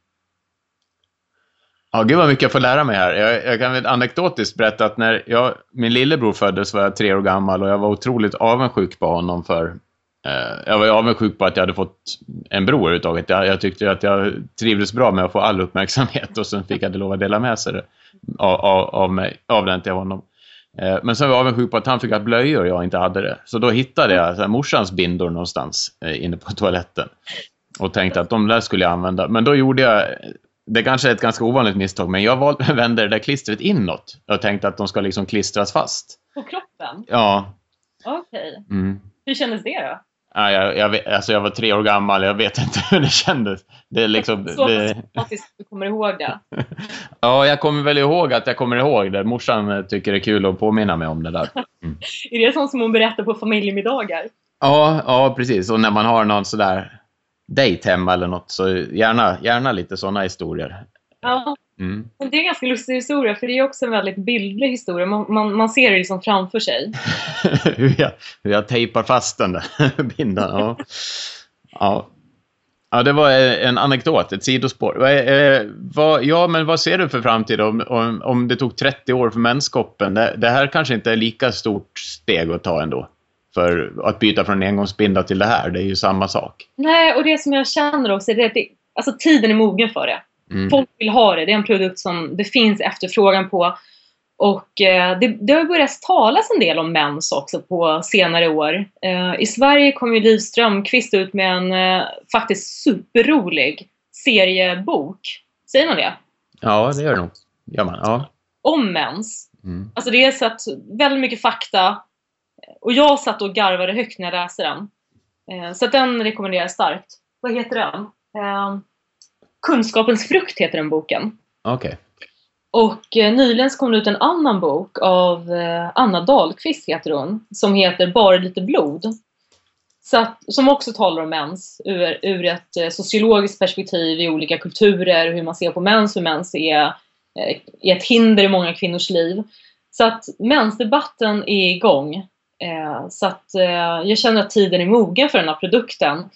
Ja, gud vad mycket jag får lära mig här. Jag, jag kan väl anekdotiskt berätta att när jag, min lillebror föddes var jag tre år gammal och jag var otroligt avundsjuk på honom för... Jag var avundsjuk på att jag hade fått en bror överhuvudtaget. Jag, jag tyckte att jag trivdes bra med att få all uppmärksamhet och sen fick jag det lov att dela med sig det, av, av, av, mig, av den till honom. Men sen var jag avundsjuk på att han fick att blöjor och jag inte hade det. Så då hittade jag så här, morsans bindor någonstans inne på toaletten och tänkte att de där skulle jag använda. Men då gjorde jag, det kanske är ett ganska ovanligt misstag, men jag valde, vände det där klistret inåt. Jag tänkte att de ska liksom klistras fast.
På kroppen?
Ja.
Okej. Okay.
Mm.
Hur kändes det då?
Ja, jag, jag, alltså jag var tre år gammal, jag vet inte hur det kändes. Det är liksom,
så
det...
att du kommer ihåg det.
Ja, jag kommer väl ihåg att jag kommer ihåg det. Morsan tycker det är kul att påminna mig om det där. Mm.
Är det sånt som hon berättar på familjemiddagar?
Ja, ja, precis. Och när man har någon sådär date hemma eller något, så gärna, gärna lite sådana historier.
Ja,
mm.
men det är en ganska lustig historia, för det är också en väldigt bildlig historia. Man, man, man ser det liksom framför sig.
hur, jag, hur jag tejpar fast den där bindan. Ja. Ja. Ja, det var en anekdot, ett sidospår. Vad, ja, men vad ser du för framtid om, om, om det tog trettio år för mänskoppen? Det, det här kanske inte är lika stort steg att ta ändå. För att byta från en engångsbinda till det här, det är ju samma sak.
Nej, och det som jag känner också är att det, alltså tiden är mogen för det. Mm. Folk vill ha det, det är en produkt som det finns efterfrågan på. Och eh, det, det har börjat talas en del om mens också på senare år. Eh, I Sverige kom ju Liv Strömquist ut med en eh, faktiskt superrolig seriebok. Säger man det?
Ja, det gör det nog. Gör man, ja.
Om mens.
Mm.
Alltså det är så att väldigt mycket fakta. Och jag satt och garvade högt när jag läste den. Eh, så att den rekommenderar jag starkt. Vad heter den? Eh, Kunskapens frukt heter den boken.
Okej. Okay.
Och eh, nyligen kom det ut en annan bok av eh, Anna Dahlqvist heter hon. Som heter Bara lite blod. Så att, som också talar om mens ur, ur ett eh, sociologiskt perspektiv i olika kulturer. Hur man ser på mens, hur mens är, eh, är ett hinder i många kvinnors liv. Så att mensdebatten är igång. Eh, så att eh, jag känner att tiden är mogen för den här produkten.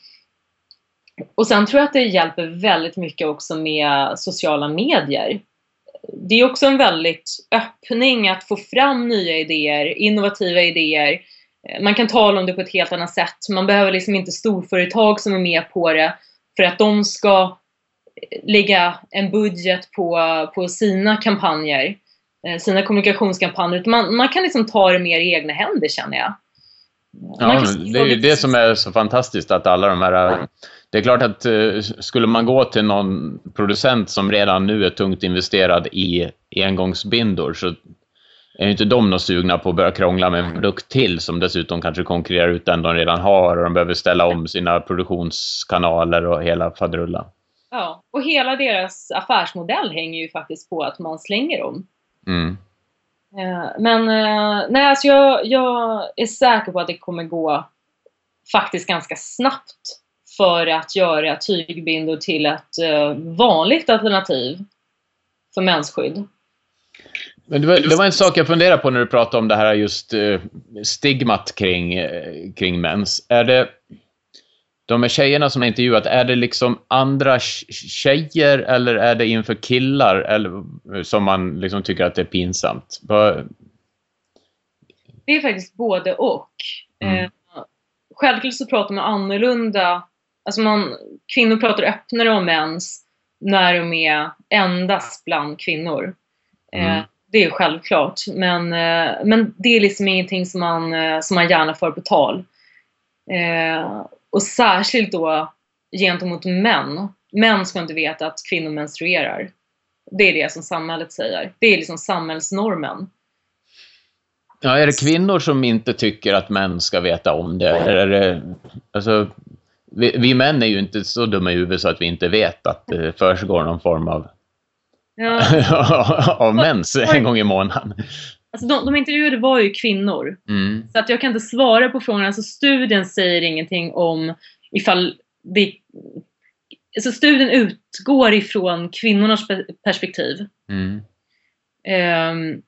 Och sen tror jag att det hjälper väldigt mycket också med sociala medier. Det är också en väldigt öppning att få fram nya idéer, innovativa idéer. Man kan tala om det på ett helt annat sätt. Man behöver liksom inte storföretag som är med på det för att de ska lägga en budget på, på sina kampanjer, sina kommunikationskampanjer. Man, man kan liksom ta det mer i egna händer, känner jag.
Ja, det är ju det som är så fantastiskt, att alla de här... Det är klart att skulle man gå till någon producent som redan nu är tungt investerad i engångsbindor, så är inte de något sugna på att börja krångla med en produkt till som dessutom kanske konkurrerar ut den de redan har, och de behöver ställa om sina produktionskanaler och hela fadrullan.
Ja, och hela deras affärsmodell hänger ju faktiskt på att man slänger dem.
Mm.
Men nej, alltså jag, jag är säker på att det kommer gå faktiskt ganska snabbt för att göra tygbindor till ett vanligt alternativ för mensskydd.
Men det var, det var en sak jag funderade på när du pratade om det här just stigmat kring, kring mens. Är det de här tjejerna som har intervjuat, är det liksom andra tjejer eller är det inför killar eller, som man liksom tycker att det är pinsamt?
Det är faktiskt både och.
Mm.
Eh, självklart så pratar man annorlunda. Alltså man, kvinnor pratar öppnare om mens när de är endast bland kvinnor. Eh,
Mm.
Det är självklart. Men, eh, men det är liksom ingenting som man, eh, som man gärna för på tal. Eh, och särskilt då gentemot män. Män ska inte veta att kvinnor menstruerar. Det är det som samhället säger. Det är liksom samhällsnormen.
Ja, är det kvinnor som inte tycker att män ska veta om det? Eller är det, alltså, vi, vi män är ju inte så dumma i huvudet så att vi inte vet att det försiggår någon form av, ja. av mens en gång i månaden.
Alltså de, de intervjuade var ju kvinnor.
Mm.
Så att jag kan inte svara på frågan. Alltså studien säger ingenting om ifall det... Alltså studien utgår ifrån kvinnornas perspektiv.
Mm.
Um,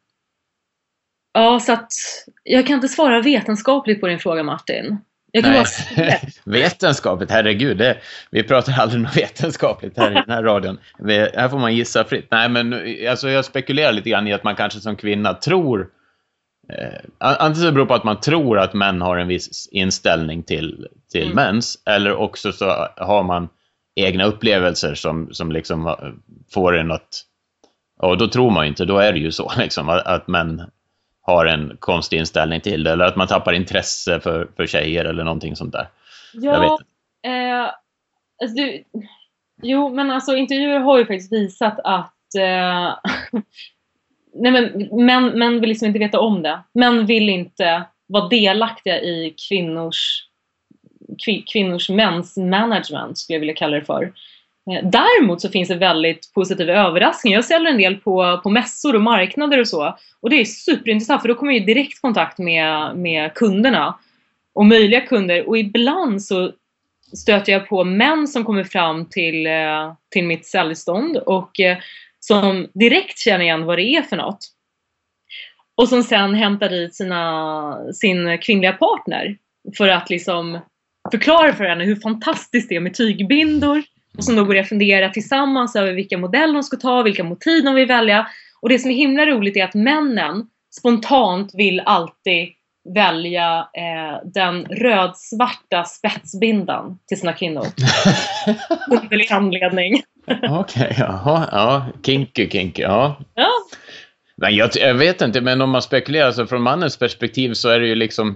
ja, så att jag kan inte svara vetenskapligt på din fråga, Martin. Jag kan
Nej.
bara...
Vetenskapligt, herregud. Det, vi pratar aldrig något vetenskapligt här i den här radion. Vi, här får man gissa fritt. Nej, men alltså, jag spekulerar lite grann i att man kanske som kvinna tror... Eh, antingen så beror på att man tror att män har en viss inställning till, till mm. mens. Eller också så har man egna upplevelser som, som liksom får en att... Och då tror man inte, då är det ju så liksom, att, att män har en konstig inställning till det. Eller att man tappar intresse för, för tjejer eller någonting sånt där.
Ja,
jag vet.
Eh, alltså du, jo, men alltså intervjuer har ju faktiskt visat att eh, nej, men män, män vill liksom inte veta om det. Män vill inte vara delaktiga i kvinnors kvinnors mensmanagement, skulle jag vilja kalla det för. Däremot så finns det väldigt positiva överraskningar. Jag säljer en del på, på mässor och marknader och så. Och det är superintressant, för då kommer jag i direkt kontakt med, med kunderna och möjliga kunder. Och ibland så stöter jag på män som kommer fram till, till mitt säljstånd och som direkt känner igen vad det är för något. Och som sen hämtar dit sina, sin kvinnliga partner för att liksom förklara för henne hur fantastiskt det är med tygbindor. Och som då börjar fundera tillsammans över vilka modeller de ska ta, vilka motiv de vill välja. Och det som är himla roligt är att männen spontant vill alltid välja eh, den rödsvarta spetsbindan till sina kvinnor. Underlig anledning.
Okej, okay, jaha, ja, kinky, kinky, ja.
Ja.
Men jag, jag vet inte, men om man spekulerar så från mannens perspektiv så är det ju liksom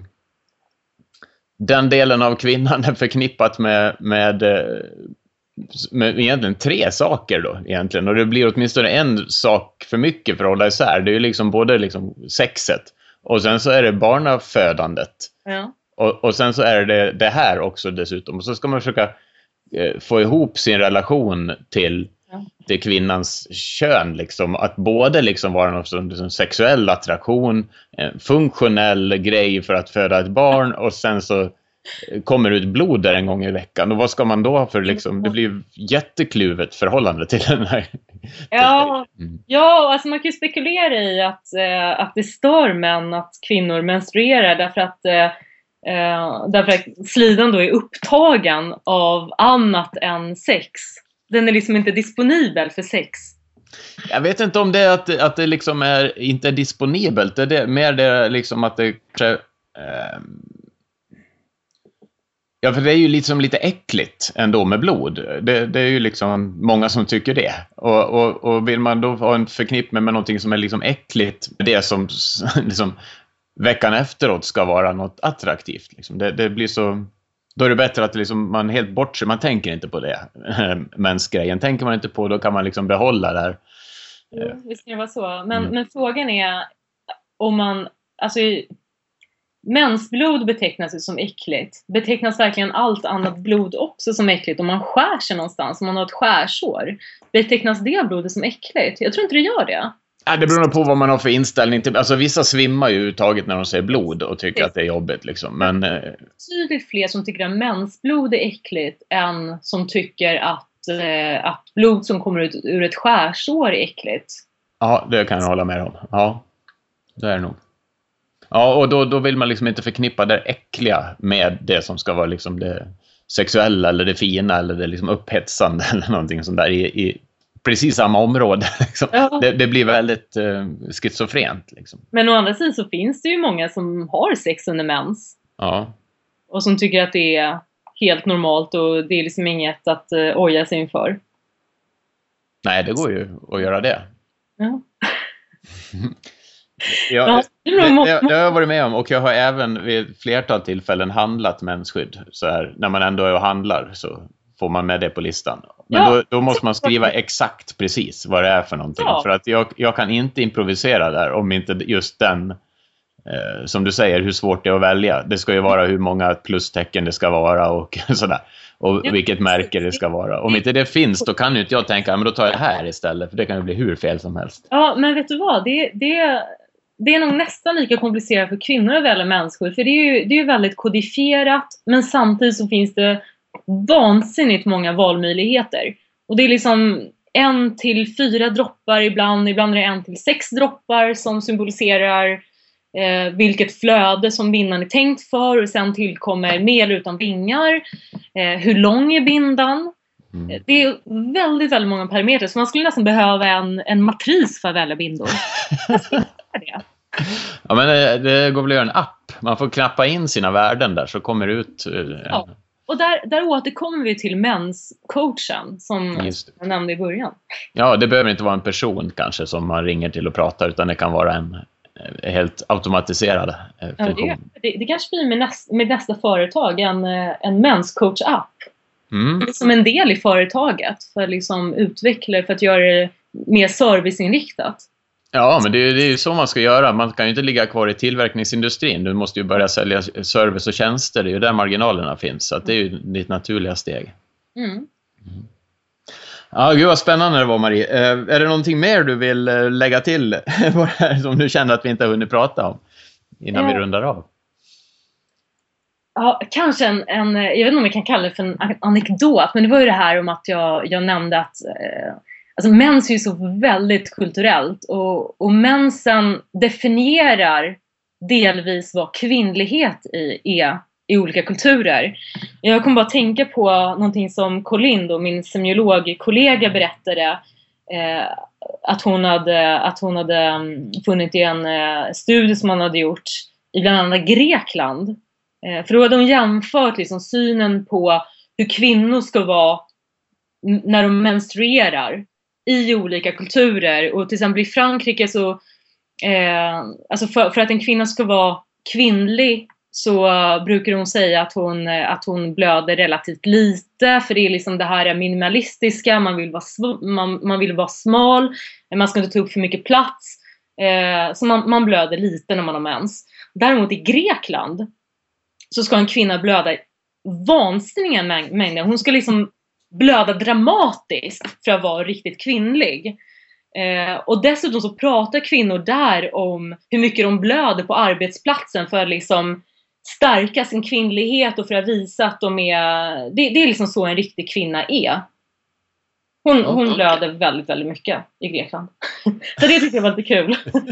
den delen av kvinnan är förknippat med, med, med egentligen tre saker då egentligen. Och det blir åtminstone en sak för mycket för att hålla isär. Det är ju liksom både liksom sexet och sen så är det barnafödandet.
Ja.
Och, och sen så är det det här också dessutom. Och så ska man försöka eh, få ihop sin relation till, ja. till kvinnans kön. Liksom. Att både liksom vara någon som, liksom, sexuell attraktion, en funktionell grej för att föda ett barn och sen så kommer ut blod där en gång i veckan. Och vad ska man då ha för liksom, det blir jättekluvet förhållande till den här.
Ja, mm. ja alltså man kan ju spekulera i att, eh, att det stör män att kvinnor menstruerar därför att, eh, därför att slidan då är upptagen av annat än sex. Den är liksom inte disponibel för sex.
Jag vet inte om det är att, att det liksom är inte är disponibelt. Det är det, mer det liksom att det kanske... Eh, Ja, för det är ju liksom lite äckligt ändå med blod. Det, det är ju liksom många som tycker det. Och, och, och vill man då ha en förknippning med någonting som är liksom äckligt, det som liksom veckan efteråt ska vara något attraktivt. Liksom. Det, det blir så... Då är det bättre att liksom man helt bort sig, man tänker inte på det. Mensgrejen tänker man inte på, då kan man liksom behålla det här.
Jo, visst kan det vara så. Men,
Mm.
men frågan är om man, alltså mensblod betecknas ju som äckligt. Betecknas verkligen allt annat blod också som äckligt? Om man skär sig någonstans, om man har ett skärsår, betecknas det blodet som äckligt? Jag tror inte det gör det.
Ja, det beror nog på vad man har för inställning till. Alltså vissa svimmar ju uttaget när de ser blod och tycker att det är jobbigt liksom. Men eh...
tydligt fler som tycker att mensblod är äckligt än som tycker att, eh, att blod som kommer ut ur ett skärsår är äckligt.
Ja, det kan jag hålla med om. Ja, det är det nog. Ja, och då, då vill man liksom inte förknippa det äckliga med det som ska vara liksom det sexuella eller det fina eller det liksom upphetsande eller någonting sånt där i, i precis samma område. Liksom. Ja. Det, det blir väldigt eh, schizofrent. Liksom.
Men å andra sidan så finns det ju många som har sex under mens.
Ja.
Och som tycker att det är helt normalt och det är liksom inget att uh, oja sig inför.
Nej, det går ju att göra det.
Ja.
Jag, ja, det, det, det har jag varit med om och jag har även vid flertal tillfällen handlat mensskydd. Så här, när man ändå är och handlar så får man med det på listan. Men ja. då, då måste man skriva exakt precis vad det är för någonting. Ja. För att jag, jag kan inte improvisera där om inte just den, eh, som du säger, hur svårt det är att välja. Det ska ju vara hur många plustecken det ska vara och sådär. Och ja. vilket märke det ska vara. Om inte det finns, då kan ju inte jag tänka, men då tar jag det här istället. För det kan ju bli hur fel som helst.
Ja, men vet du vad? Det, det, det är nog nästan lika komplicerat för kvinnor att välja mensskydd. För det är ju, det är ju väldigt kodifierat. Men samtidigt så finns det vansinnigt många valmöjligheter. Och det är liksom en till fyra droppar ibland. Ibland är det en till sex droppar som symboliserar eh, vilket flöde som bindan är tänkt för. Och sen tillkommer med eller utan vingar. Eh, hur lång är bindan? Mm. Det är väldigt, väldigt många parametrar. Så man skulle nästan behöva en, en matris för att välja bindor. det.
Ja, men det, det går väl att göra en app. Man får knappa in sina värden där så kommer det ut. Eh,
ja. Och där, där återkommer vi till menscoachen som jag nämnde i början.
Ja, det behöver inte vara en person kanske som man ringer till och pratar, utan det kan vara en helt automatiserad funktion.
Ja, det, det, det kanske blir med, näst, med nästa företag en, en menscoach-app. Mm. Som en del i företaget för att liksom utveckla, för att göra det mer serviceinriktat.
Ja, men det är, det är ju så man ska göra. Man kan ju inte ligga kvar i tillverkningsindustrin. Du måste ju börja sälja service och tjänster. Det är ju där marginalerna finns. Så att det är ju ditt naturliga steg. Mm. Mm. Ja, gud vad spännande det var, Marie. Eh, är det någonting mer du vill eh, lägga till som du känner att vi inte har hunnit prata om innan ja. vi rundar av?
Ja, kanske en, en, jag vet inte om jag kan kalla det för en anekdot. Men det var ju det här om att jag, jag nämnde att eh, alltså mens är ju så väldigt kulturellt och, och mensen definierar delvis vad kvinnlighet i, är i olika kulturer. Jag kommer bara tänka på någonting som Colin, då, min semiologkollega, berättade eh, att, hon hade, att hon hade funnit i en eh, studie som man hade gjort i bland annat Grekland. Eh, för då hade hon jämfört liksom, synen på hur kvinnor ska vara när de menstruerar i olika kulturer. Och till exempel i Frankrike så eh, alltså för, för att en kvinna ska vara kvinnlig så uh, brukar hon säga att hon, uh, att hon blöder relativt lite, för det är liksom det här är minimalistiska, man vill vara, sv- man, man vill vara smal, man ska inte ta upp för mycket plats, uh, så man, man blöder lite när man har mens. Däremot i Grekland så ska en kvinna blöda vansinniga mängder. Hon ska liksom blöda dramatiskt för att vara riktigt kvinnlig. Eh, och dessutom så pratar kvinnor där om hur mycket de blöder på arbetsplatsen för att liksom stärka sin kvinnlighet och för att visa att de är, det, det är liksom så en riktig kvinna är. Hon, hon blöder väldigt, väldigt mycket i Grekland. Så det tycker jag var lite kul.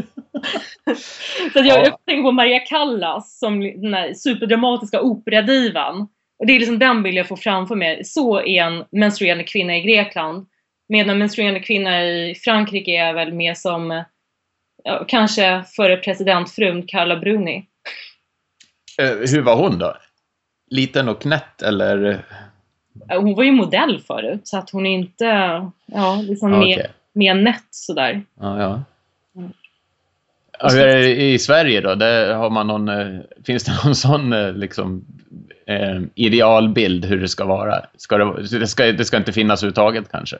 Så jag, jag tänker på Maria Callas som den här superdramatiska operadivan. Och det är liksom den bild jag får framför mig. Så är en menstruerande kvinna i Grekland. Medan en menstruerande kvinna i Frankrike är väl mer som ja, kanske före presidentfrun Carla Bruni.
Eh, hur var hon då? Liten och knätt eller?
Hon var ju modell förut, så att hon är inte ja, liksom okay. mer, mer nätt sådär.
Ja, ja. Mm. Alltså, i Sverige då, där har man någon, finns det någon sån liksom, eh, idealbild hur det ska vara? Ska det, det, ska, det ska inte finnas överhuvudtaget kanske?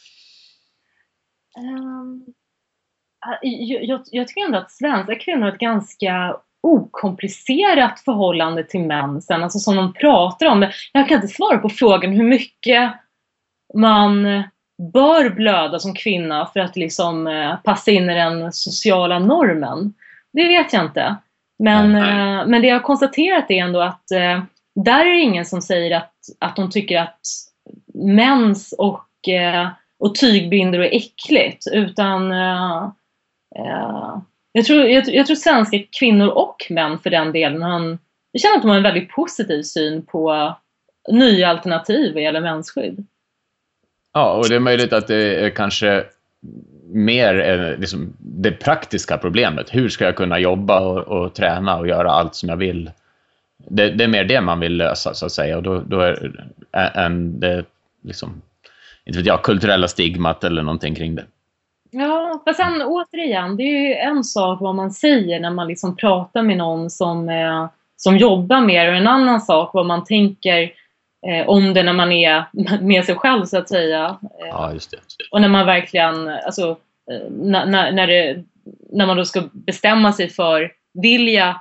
Um, jag, jag, jag tycker ändå att svenska kvinnor har ett ganska okomplicerat förhållande till män sen, alltså som de pratar om det. Jag kan inte svara på frågan hur mycket man bör blöda som kvinna för att liksom eh, passa in i den sociala normen. Det vet jag inte. Men, eh, men det jag har konstaterat är ändå att eh, där är det ingen som säger att, att de tycker att mens och, eh, och tygbindor är äckligt. Utan eh, eh, jag, tror, jag, jag tror svenska kvinnor och män för den delen, han, jag känner att de har en väldigt positiv syn på nya alternativ vad gäller mensskydd.
Ja, och det är möjligt att det är kanske mer eh, liksom det praktiska problemet. Hur ska jag kunna jobba och, och träna och göra allt som jag vill? Det, det är mer det man vill lösa, så att säga. Och då, då är en, det liksom, inte vet jag, kulturella stigmat eller någonting kring det.
Ja, fast sen återigen, det är ju en sak vad man säger när man liksom pratar med någon som, eh, som jobbar med, och en annan sak vad man tänker Eh, om det när man är med sig själv, så att säga. Eh,
ja, just det, just det.
Och när man verkligen, alltså, eh, när, när, det, när man då ska bestämma sig för vilja,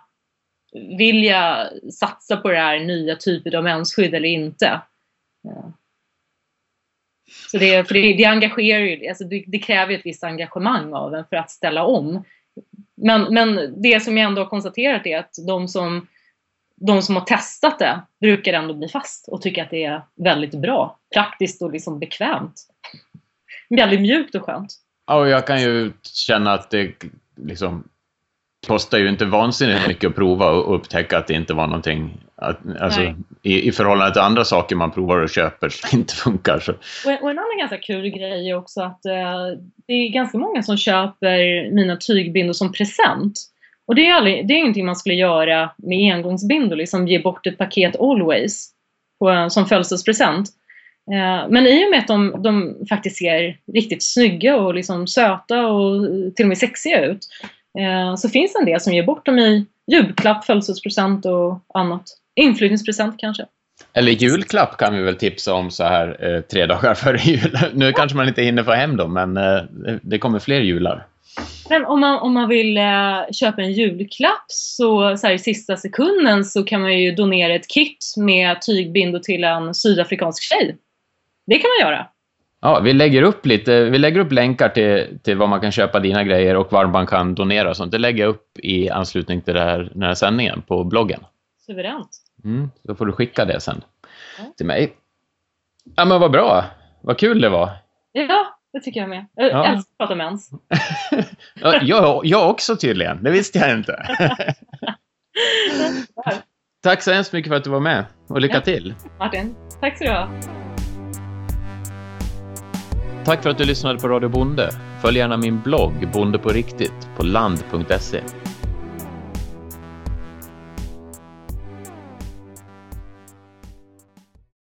vilja satsa på det här nya typet av mensskydd eller inte. Ja. Så det, för det, det engagerar ju, alltså det, det kräver ett visst engagemang av en för att ställa om. Men, men det som jag ändå har konstaterat är att de som De som har testat det brukar ändå bli fast och tycker att det är väldigt bra. Praktiskt och liksom bekvämt. Väldigt mjukt och skönt.
Ja, och jag kan ju känna att det liksom kostar ju inte vansinnigt mycket att prova och upptäcka att det inte var någonting. Att, alltså, i, i förhållande till andra saker man provar och köper som inte funkar. Så.
Och, en, och en annan ganska kul grej är också att eh, det är ganska många som köper mina tygbindor som present. Och det är, aldrig, det är ingenting man skulle göra med engångsbindor, liksom ge bort ett paket always på, som födelsedagspresent. Eh, men i och med att de, de faktiskt ser riktigt snygga och liksom söta och till och med sexiga ut, eh, så finns det en del som ger bort dem i julklapp, födelsedagspresent och annat. Inflyttningspresent kanske.
Eller julklapp kan vi väl tipsa om så här eh, tre dagar före jul. Nu kanske man inte hinner få hem dem, men eh, det kommer fler jular.
Men om man, om man vill eh, köpa en julklapp så, så här, i sista sekunden så kan man ju donera ett kit med tygbindor till en sydafrikansk tjej. Det kan man göra.
Ja, vi lägger upp lite, vi lägger upp länkar till, till vad man kan köpa dina grejer och var man kan donera och sånt. Det lägger jag upp i anslutning till det här, den här sändningen på bloggen.
Suveränt.
Mm, då får du skicka det sen
ja.
till mig. Ja, men vad bra. Vad kul det var.
Ja. Det tycker jag med. Jag
ja.
älskar att prata mens.
ja, jag, jag också tydligen. Det visste jag inte. Tack så hemskt mycket för att du var med. Och lycka ja. till.
Martin, tack så du ha.
Tack för att du lyssnade på Radio Bonde. Följ gärna min blogg Bonde på riktigt på land punkt se.